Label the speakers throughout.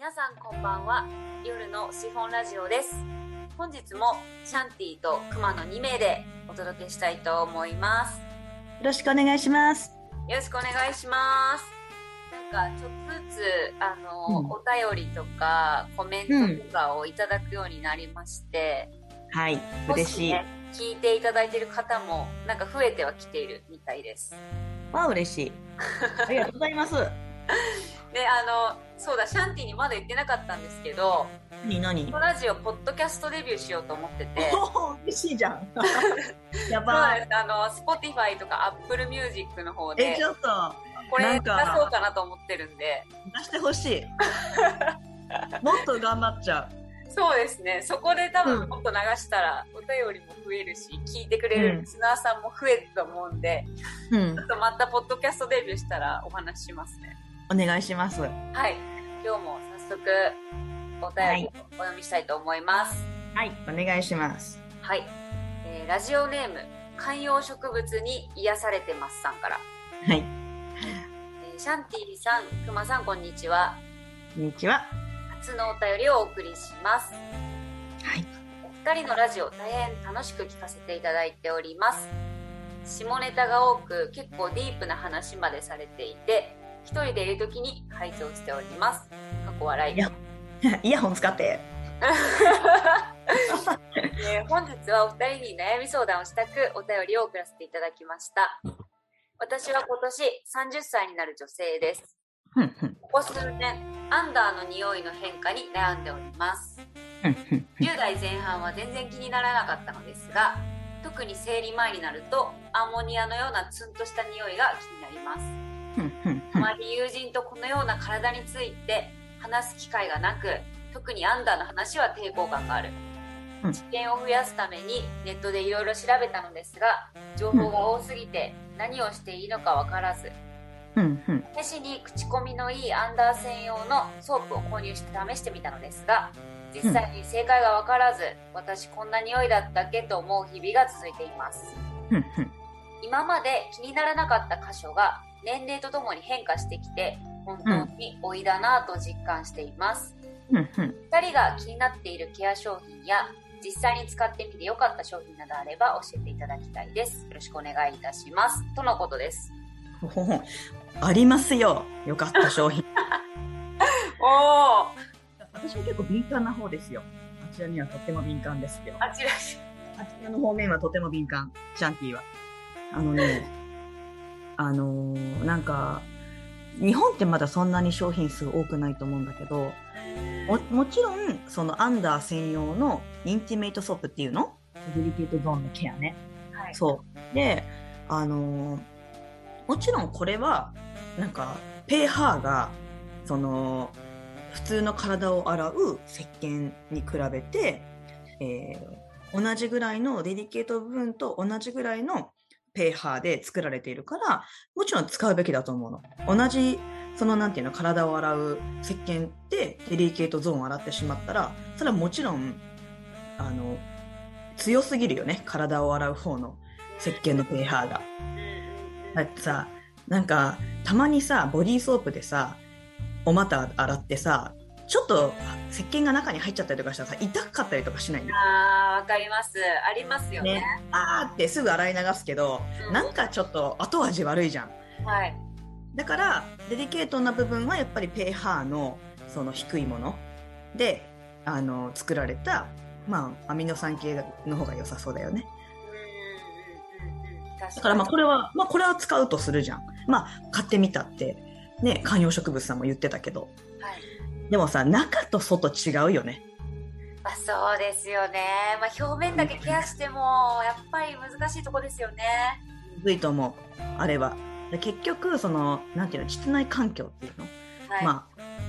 Speaker 1: 皆さんこんばんは。夜のシフォンラジオです。本日もシャンティとクマの2名でお届けしたいと思います。
Speaker 2: よろしくお願いします。
Speaker 1: よろしくお願いします。なんかちょっとずつお便りとかコメントとかをいただくようになりまして、
Speaker 2: はい、嬉しい。
Speaker 1: 聞いていただいている方もなんか増えてはきているみたいです。
Speaker 2: わあ、嬉しい。ありがとうございます。
Speaker 1: で、そうだ、シャンティにまだ言ってなかったんですけど、
Speaker 2: 何
Speaker 1: このラジオポッドキャストデビューしようと思ってて。
Speaker 2: 嬉しいじゃん。やばい。
Speaker 1: Spotify とか Apple Music の方で
Speaker 2: ちょっと
Speaker 1: これ出そうかなと思ってるんで。
Speaker 2: 出してほしい。もっと頑張っちゃう。
Speaker 1: そうですね。そこで多分もっと流したらお便りも増えるし、聞いてくれるリスナーさんも増えると思うんで、ちょっとまたポッドキャストデビューしたらお話ししますね。
Speaker 2: お願いします。
Speaker 1: はい。今日も早速お便りをお読みしたいと思います。
Speaker 2: はい、お願いします。
Speaker 1: はい。ラジオネーム、観葉植物に癒されてますさんから。
Speaker 2: はい。
Speaker 1: シャンティさん、クマさん、こんにちは。
Speaker 2: こんにちは。
Speaker 1: 初のお便りをお送りします。
Speaker 2: はい。
Speaker 1: お二人のラジオ、大変楽しく聞かせていただいております。下ネタが多く、結構ディープな話までされていて、一人でいるときに配送しております。過去笑い。
Speaker 2: イヤホン使って。
Speaker 1: 本日はお二人に悩み相談をしたくお便りを送らせていただきました。私は今年30歳になる女性です。ここ数年、アンダーの匂いの変化に悩んでおります。10代前半は全然気にならなかったのですが、特に生理前になるとアンモニアのようなツンとした匂いが気になります。あまり友人とこのような体について話す機会がなく、特にアンダーの話は抵抗感がある。知見を増やすためにネットでいろいろ調べたのですが、情報が多すぎて何をしていいのかわからず、試しに口コミのいいアンダー専用のソープを購入して試してみたのですが、実際に正解がわからず、私こんな匂いだったっけと思う日々が続いています。今まで気にならなかった箇所が年齢とともに変化してきて、本当に老いだなぁと実感しています。2人が気になっているケア商品や実際に使ってみて良かった商品などあれば教えていただきたいです。よろしくお願いいたします。とのことです。
Speaker 2: ありますよ。良かった商品。
Speaker 1: おー。
Speaker 2: 私は結構敏感な方ですよ。あちらにはとっても敏感ですよ。
Speaker 1: あち
Speaker 2: らの方面はとても敏感。シャンティは。なんか、日本ってまだそんなに商品数多くないと思うんだけど、もちろん、そのアンダー専用のインティメイトソープっていうの？デリケートゾーンのケアね。はい。そう。で、もちろんこれは、なんか、pH が、普通の体を洗う石鹸に比べて、同じぐらいのデリケート部分と同じぐらいのpH で作られているから、もちろん使うべきだと思うの。同じ、なんていうの、体を洗う石鹸でデリケートゾーンを洗ってしまったら、それはもちろん、強すぎるよね。体を洗う方の石鹸のpH が。だってさ、なんか、たまにさ、ボディーソープでさ、お股洗ってさ、ちょっと石鹸が中に入っちゃったりとかしたらさ、痛かったりとかしないの？
Speaker 1: わかります。ありますよね。
Speaker 2: ってすぐ洗い流すけど、なんかちょっと後味悪いじゃん。
Speaker 1: はい。
Speaker 2: だから、デリケートな部分はやっぱりpHのその低いもので、作られた、アミノ酸系の方が良さそうだよね。だからこれは使うとするじゃん。買ってみたって、ね、観葉植物さんも言ってたけど。はい。でもさ、中と外違うよね。
Speaker 1: そうですよね。表面だけケアしても、やっぱり難しいとこですよね。
Speaker 2: むずいと思う。あれは。結局、なんていうの、膣内環境っていうの。はい、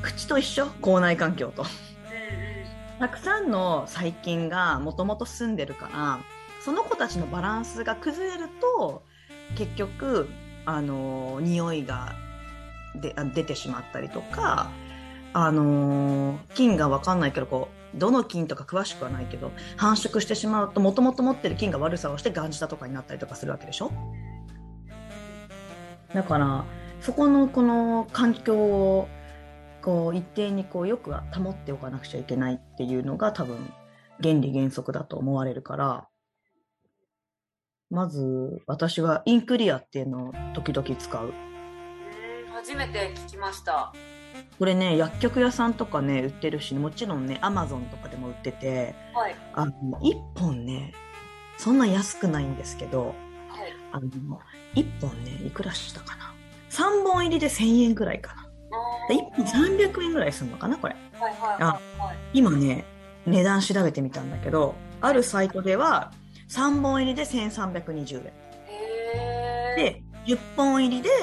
Speaker 2: 口と一緒、口内環境と。たくさんの細菌がもともと住んでるから、その子たちのバランスが崩れると、結局、匂いが出てしまったりとか、菌がわかんないけど、どの菌とか詳しくはないけど、繁殖してしまうと、もともと持ってる菌が悪さをしてガンジダとかになったりとかするわけでしょ。だから、そこのこの環境をこう一定にこうよく保っておかなくちゃいけないっていうのが多分原理原則だと思われるから、まず私はインクリアっていうのを時々使う。
Speaker 1: 初めて聞きました。
Speaker 2: これね、薬局屋さんとかね売ってるし、もちろんねアマゾンとかでも売ってて、
Speaker 1: はい、
Speaker 2: 1本ねそんな安くないんですけど、
Speaker 1: はい、
Speaker 2: 1本ねいくらしたかな、3本入りで1000円ぐらいかな。1本300円ぐらいするのかなこれ。
Speaker 1: はいはいはいはい、
Speaker 2: 今ね値段調べてみたんだけど、あるサイトでは3本入りで1320円で、10本入りで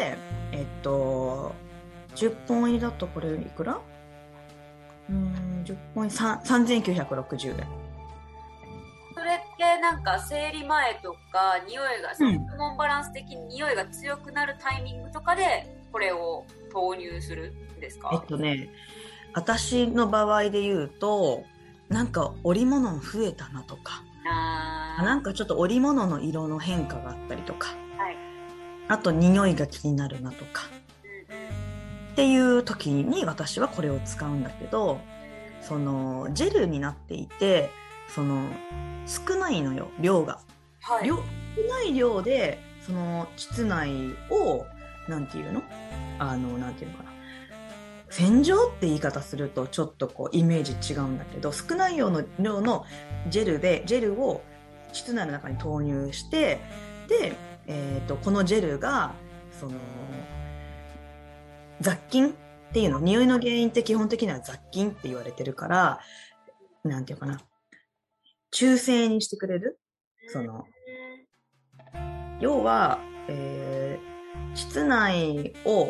Speaker 2: 10本入りだとこれいくら？10本入り3960円。
Speaker 1: それってなんか生理前とか匂いが、そのホルモンバランス的に匂いが強くなるタイミングとかでこれを投入するんですか？
Speaker 2: 私の場合で言うと、なんか織物増えたなとか、なんかちょっと織物の色の変化があったりとか、
Speaker 1: はい、
Speaker 2: あと匂いが気になるなとか、っていう時に私はこれを使うんだけど、そのジェルになっていて、その少ないのよ量が、はい、少ない量でその膣内をなんていうのなんていうのかな、洗浄って言い方するとちょっとこうイメージ違うんだけど、少ない量のジェルを膣内の中に投入して、で、このジェルがその雑菌っていうの、匂いの原因って基本的には雑菌って言われてるから、なんていうかな、中性にしてくれる。その要は、膣内を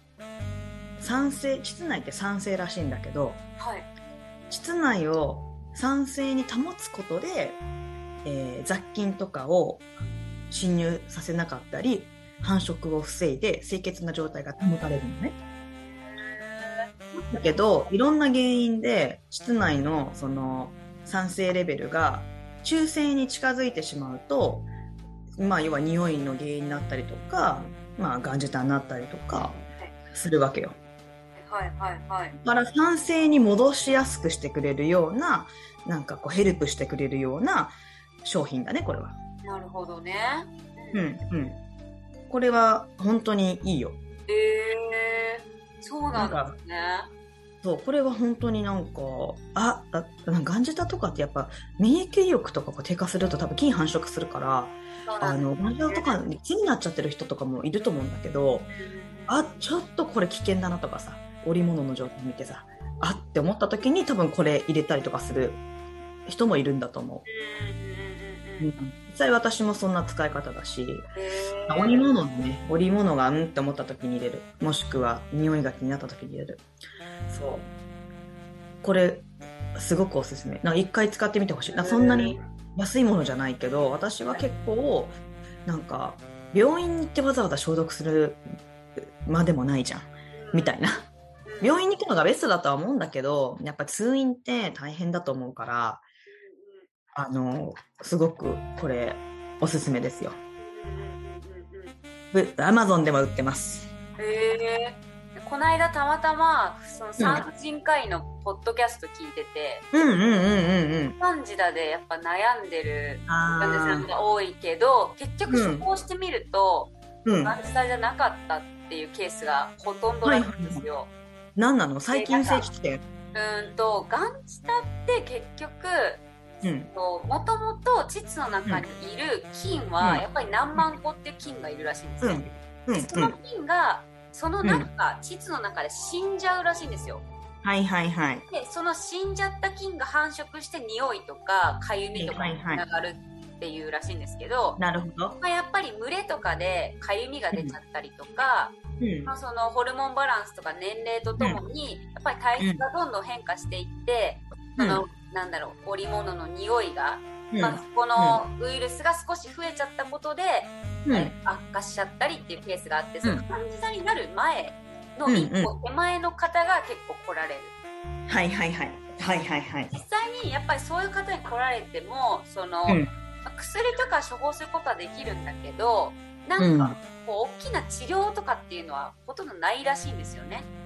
Speaker 2: 膣内って酸性らしいんだけど、はい、膣内を酸性に保つことで、雑菌とかを侵入させなかったり繁殖を防いで清潔な状態が保たれるのね。だけどいろんな原因で膣内のその酸性レベルが中性に近づいてしまうと、まあ要は匂いの原因になったりとか、まあガンジタになったりとかするわけよ。
Speaker 1: はいはいはい。
Speaker 2: だから酸性に戻しやすくしてくれるような、なんかこうヘルプしてくれるような商品だね、これは。
Speaker 1: なるほどね。
Speaker 2: うんうん。これは本当にいいよ。
Speaker 1: そうなんですね。
Speaker 2: そう、これは本当になんか、ガンジタとかってやっぱ免疫力とかが低下すると多分菌繁殖するから、ガンジタとかに気になっちゃってる人とかもいると思うんだけど、ちょっとこれ危険だなとかさ、織物の状態見てさ、って思った時に多分これ入れたりとかする人もいるんだと思う。実際私もそんな使い方だし、織物がって思った時に入れる、もしくは匂いが気になった時に入れる。そう、これすごくおすすめ。一回使ってみてほしい。そんなに安いものじゃないけど、私は結構なんか病院に行ってわざわざ消毒するまでもないじゃんみたいな。病院に行くのがベストだとは思うんだけど、やっぱ通院って大変だと思うから、すごくこれおすすめですよ。Amazon でも売ってます。
Speaker 1: この間たまたまその産婦人科医のポッドキャスト聞いてて、カンジダでやっぱ悩んでる患者さんが多いけど、結局処方してみるとカンジダじゃなかったっていうケースがほとんどなんですよ。
Speaker 2: 何なの？細菌性気点？
Speaker 1: ガンジタって結局もともと膣の中にいる菌はやっぱり何万個っていう菌がいるらしいんですよ。その菌がその膣の中で死んじゃうらしいんですよ。
Speaker 2: はいはいはい。
Speaker 1: でその死んじゃった菌が繁殖して匂いとかかゆみとかにつながるっていうらしいんですけど、
Speaker 2: なるほど。
Speaker 1: やっぱり群れとかでかゆみが出ちゃったりとか、そのホルモンバランスとか年齢とともにやっぱり体質がどんどん変化していって、織物の匂いが、このウイルスが少し増えちゃったことで、悪化しちゃったりっていうケースがあって、そのカンジダになる前の一歩手前の方が結構来られる。
Speaker 2: はいはいはいはいはいはい。
Speaker 1: 実際にやっぱりそういう方に来られてもその、薬とか処方することはできるんだけど、なんかこう大きな治療とかっていうのはほとんどないらしいんですよね。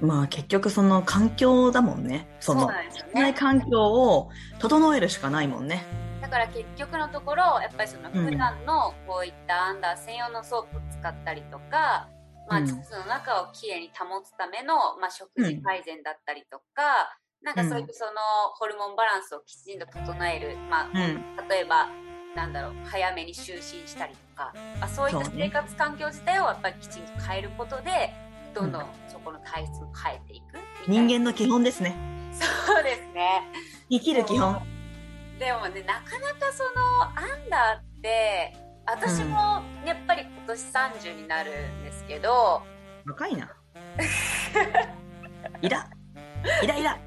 Speaker 2: まあ結局その環境だもんね。
Speaker 1: そうなんですよね。
Speaker 2: 環境を整えるしかないもんね。
Speaker 1: だから結局のところやっぱりその普段のこういったアンダー専用のソープを使ったりとか、まあ、膣の中をきれいに保つための、まあ、食事改善だったりとか、なんかそういうそのホルモンバランスをきちんと整える、まあ例えばなんだろう、早めに就寝したりとか、まあ、そういった生活環境自体をやっぱりきちんと変えることでどんどんそこの体質を変えていくみたいな。
Speaker 2: 人間の基本ですね。
Speaker 1: そうですね。
Speaker 2: 生きる基本。
Speaker 1: でもね、なかなかそのアンダーって私もやっぱり今年30になるんですけど、
Speaker 2: 若いな。イラいやいや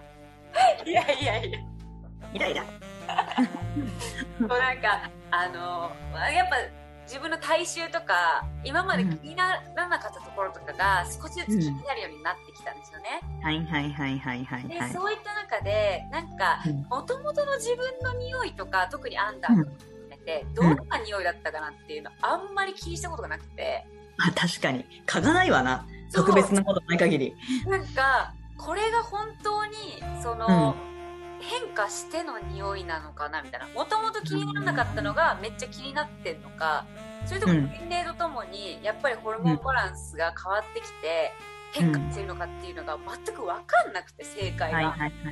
Speaker 1: もうなんかやっぱ自分の体臭とか今まで気にならなかったところとかが少しずつ気になるようになってきたんですよね。でそういった中でなんか元々の自分の匂いとか、特にアンダーとか含めてどんな匂いだったかなっていうのあんまり気にしたことがなくて。
Speaker 2: 確かに嗅がないわな、特別なことない限り。
Speaker 1: なんかこれが本当にその、変化しての匂いなのかなみたいな、もともと気にならなかったのがめっちゃ気になってんのか、それとも年齢とともにやっぱりホルモンバランスが変わってきて変化してるのかっていうのが全く分かんなくて、正解が。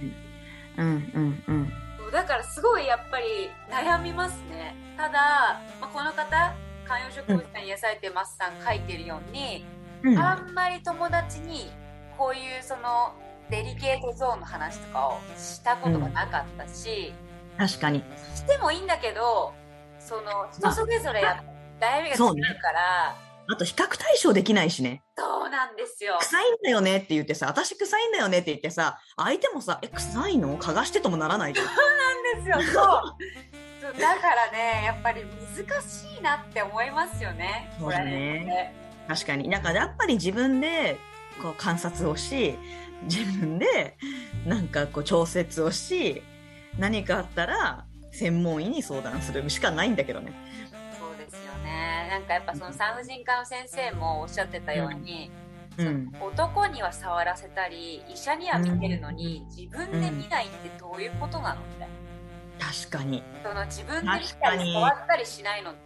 Speaker 1: だからすごいやっぱり悩みますね。ただ、まあ、この方観葉植物に癒されてますさん書いてるように、あんまり友達にこういうそのデリケートゾーンの話とかをしたことがなかったし、
Speaker 2: 確かに
Speaker 1: してもいいんだけど、その人それぞれ悩みが違うから、
Speaker 2: あと比較対象できないしね。
Speaker 1: そうなんですよ。
Speaker 2: 臭いんだよねって言ってさ、私臭いんだよねって言ってさ、相手もさ、臭いの？嗅がしてともならないじゃん。
Speaker 1: そうなんですよ。そうだからね、やっぱり難しいなって思いますよね。
Speaker 2: そうだね。確かに。なんかやっぱり自分でこう観察をし、自分でなんかこう調節をし、何かあったら専門医に相談するしかないんだけどね。
Speaker 1: そうですよね。なんかやっぱその産婦人科の先生もおっしゃってたように、男には触らせたり医者には見てるのに、自分で見ないってどういうことなのみたいな。
Speaker 2: 確かに。
Speaker 1: その自分で見たり触ったりしないのって、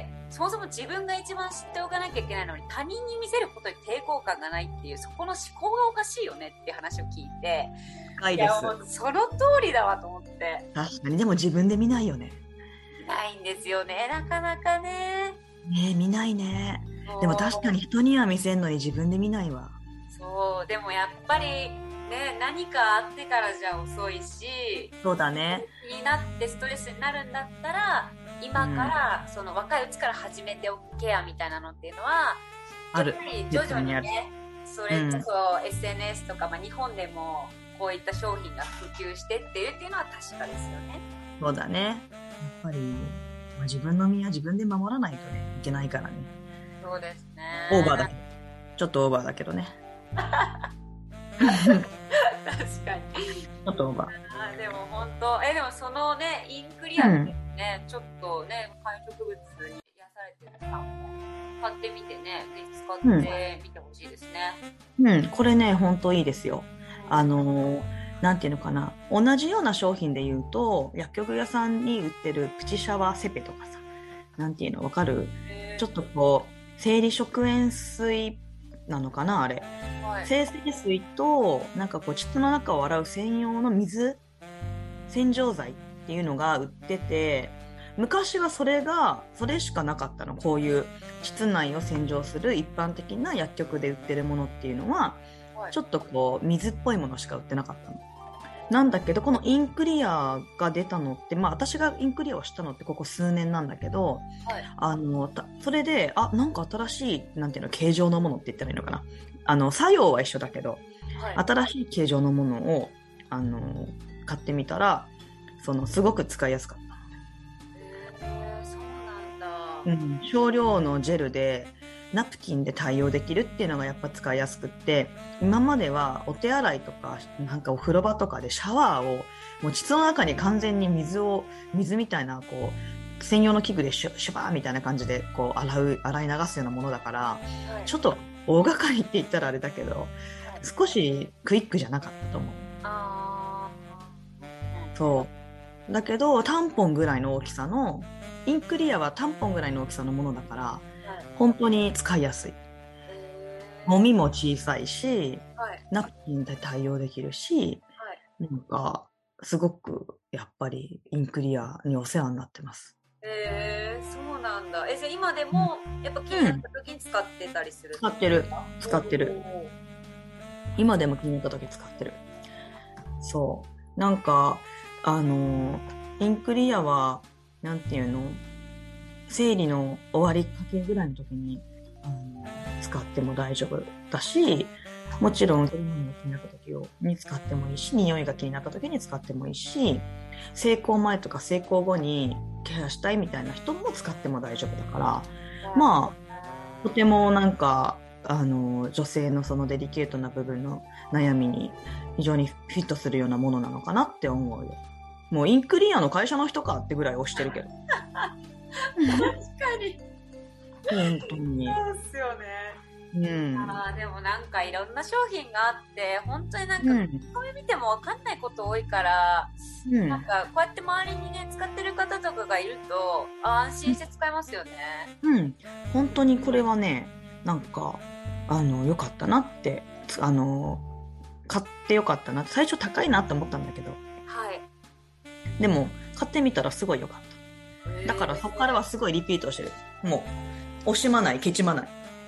Speaker 1: そもそも自分が一番知っておかなきゃいけないのに他人に見せることに抵抗感がないっていう、そこの思考がおかしいよねっていう話を聞いて、
Speaker 2: 深いです。
Speaker 1: いやもうその通りだわと思って。
Speaker 2: 確かに。でも自分で見ないよね。
Speaker 1: ないんですよね、なかなかね。
Speaker 2: 見ないね。でも確かに人には見せんのに自分で見ないわ。
Speaker 1: そうでもやっぱりね、何かあってからじゃ遅いし、
Speaker 2: そうだね。
Speaker 1: 気になってストレスになるんだったら今から、その若いうちから始めておくケアみたいなのっていうのは
Speaker 2: ある。
Speaker 1: やっぱり徐々にね、それこそ SNS とか、まあ、日本でもこういった商品が普及してっていうのは確かですよね。
Speaker 2: そうだね。やっぱり、まあ、自分の身は自分で守らないとねいけないからね。
Speaker 1: そうですね。
Speaker 2: オーバーだけど、ちょっとオーバーだけどね。
Speaker 1: 確かに。
Speaker 2: ちょっとオーバ
Speaker 1: ー。でも本当、でもそのね、インクリアってね、ちょっとね、観葉植物に癒されてるさんも買ってみてね、使ってみてほしいですね。
Speaker 2: これね、本当いいですよ。なんていうのかな、同じような商品で言うと、薬局屋さんに売ってるプチシャワーセペとかさ、なんていうのわかる？ちょっとこう、生理食塩水なのかなあれ。生成水と、なんかこう、膣の中を洗う専用の水、洗浄剤っていうのが売ってて、昔はそれしかなかったの。こういう膣内を洗浄する一般的な薬局で売ってるものっていうのは、ちょっとこう、水っぽいものしか売ってなかったの。なんだけど、このインクリアが出たのって、まあ私がインクリアをしたのってここ数年なんだけど、それで、なんか新しい、なんていうの、形状のものって言ったらいいのかな。作用は一緒だけど、新しい形状のものを、買ってみたら、すごく使いやすかった。そうなんだ。少量のジェルで、ナプキンで対応できるっていうのがやっぱ使いやすくって、今まではお手洗いとかなんかお風呂場とかでシャワーをもう膣の中に完全に水みたいなこう専用の器具でシュバーみたいな感じでこう洗い流すようなものだから、ちょっと大掛かりって言ったらあれだけど、 少しクイックじゃなかったと思う。
Speaker 1: あ
Speaker 2: そうだけどタンポンぐらいの大きさのインクリアはタンポンぐらいの大きさのものだから、
Speaker 1: はい、
Speaker 2: 本当に使いやすい。もみも小さいし、
Speaker 1: はい、
Speaker 2: ナプキンで対応できるし、
Speaker 1: はい、
Speaker 2: なんかすごくやっぱりインクリアにお世話になってます。
Speaker 1: そうなんだ。じゃあ今でもやっぱ気になった時に使ってたりする、
Speaker 2: 使ってる。今でも気になった時使ってる。そうなんかインクリアはなんていうの、生理の終わりかけぐらいの時に使っても大丈夫だし、もちろんそれが気になった時に使ってもいいし、匂いが気になった時に使ってもいいし、性交前とか性交後にケアしたいみたいな人も使っても大丈夫だから、まあとてもなんか女性のそのデリケートな部分の悩みに非常にフィットするようなものなのかなって思うよ。もうインクリアの会社の人かってぐらい推してるけど。
Speaker 1: 確かに。
Speaker 2: 本当に。
Speaker 1: そうですよね。でもなんかいろんな商品があって本当になんかこれ見ても分かんないこと多いから、なんかこうやって周りにね使ってる方とかがいると安心して使えますよね。
Speaker 2: 本当にこれはね、なんか良かったなって買って良かったなって。最初高いなって思ったんだけど、
Speaker 1: はい、
Speaker 2: でも買ってみたらすごい良かった。だからそこからはすごいリピートしてる。もう惜しまないケチまない。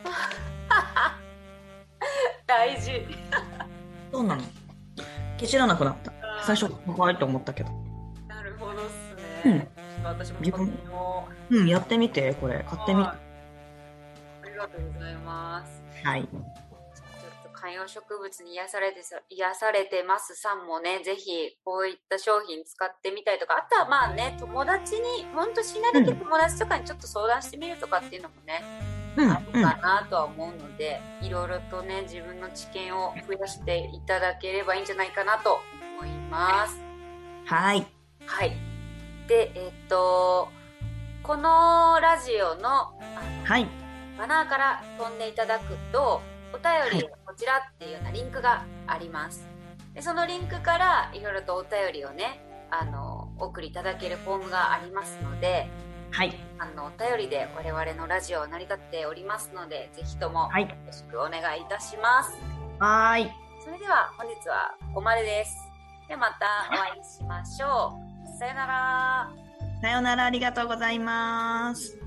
Speaker 1: 大事。
Speaker 2: そうなの。ケチらなくなった。最初怖いと思ったけど。
Speaker 1: なるほどっすね。私も
Speaker 2: やってみて、これ買ってみて。
Speaker 1: ありがとうございます。
Speaker 2: はい。
Speaker 1: ちょっと観葉植物に癒されてますさんもね、ぜひこういった商品使ってみたりとか、あとはまあね、友達にほんとしなりき友達とかにちょっと相談してみるとかっていうのもね、あるかなとは思うので、いろいろとね自分の知見を増やしていただければいいんじゃないかなと思います。
Speaker 2: はい
Speaker 1: はい。でこのラジオのバナーから飛んでいただくとお便りこちらっていうようなリンクがあります。でそのリンクからいろいろとお便りをねお送りいただけるフォームがありますので、
Speaker 2: はい、
Speaker 1: お便りで我々のラジオは成り立っておりますので、ぜひともよろしくお願いいたします。
Speaker 2: はい。
Speaker 1: それでは本日はここまでです。ではまたお会いしましょう。さよなら。
Speaker 2: さよなら、ありがとうございます。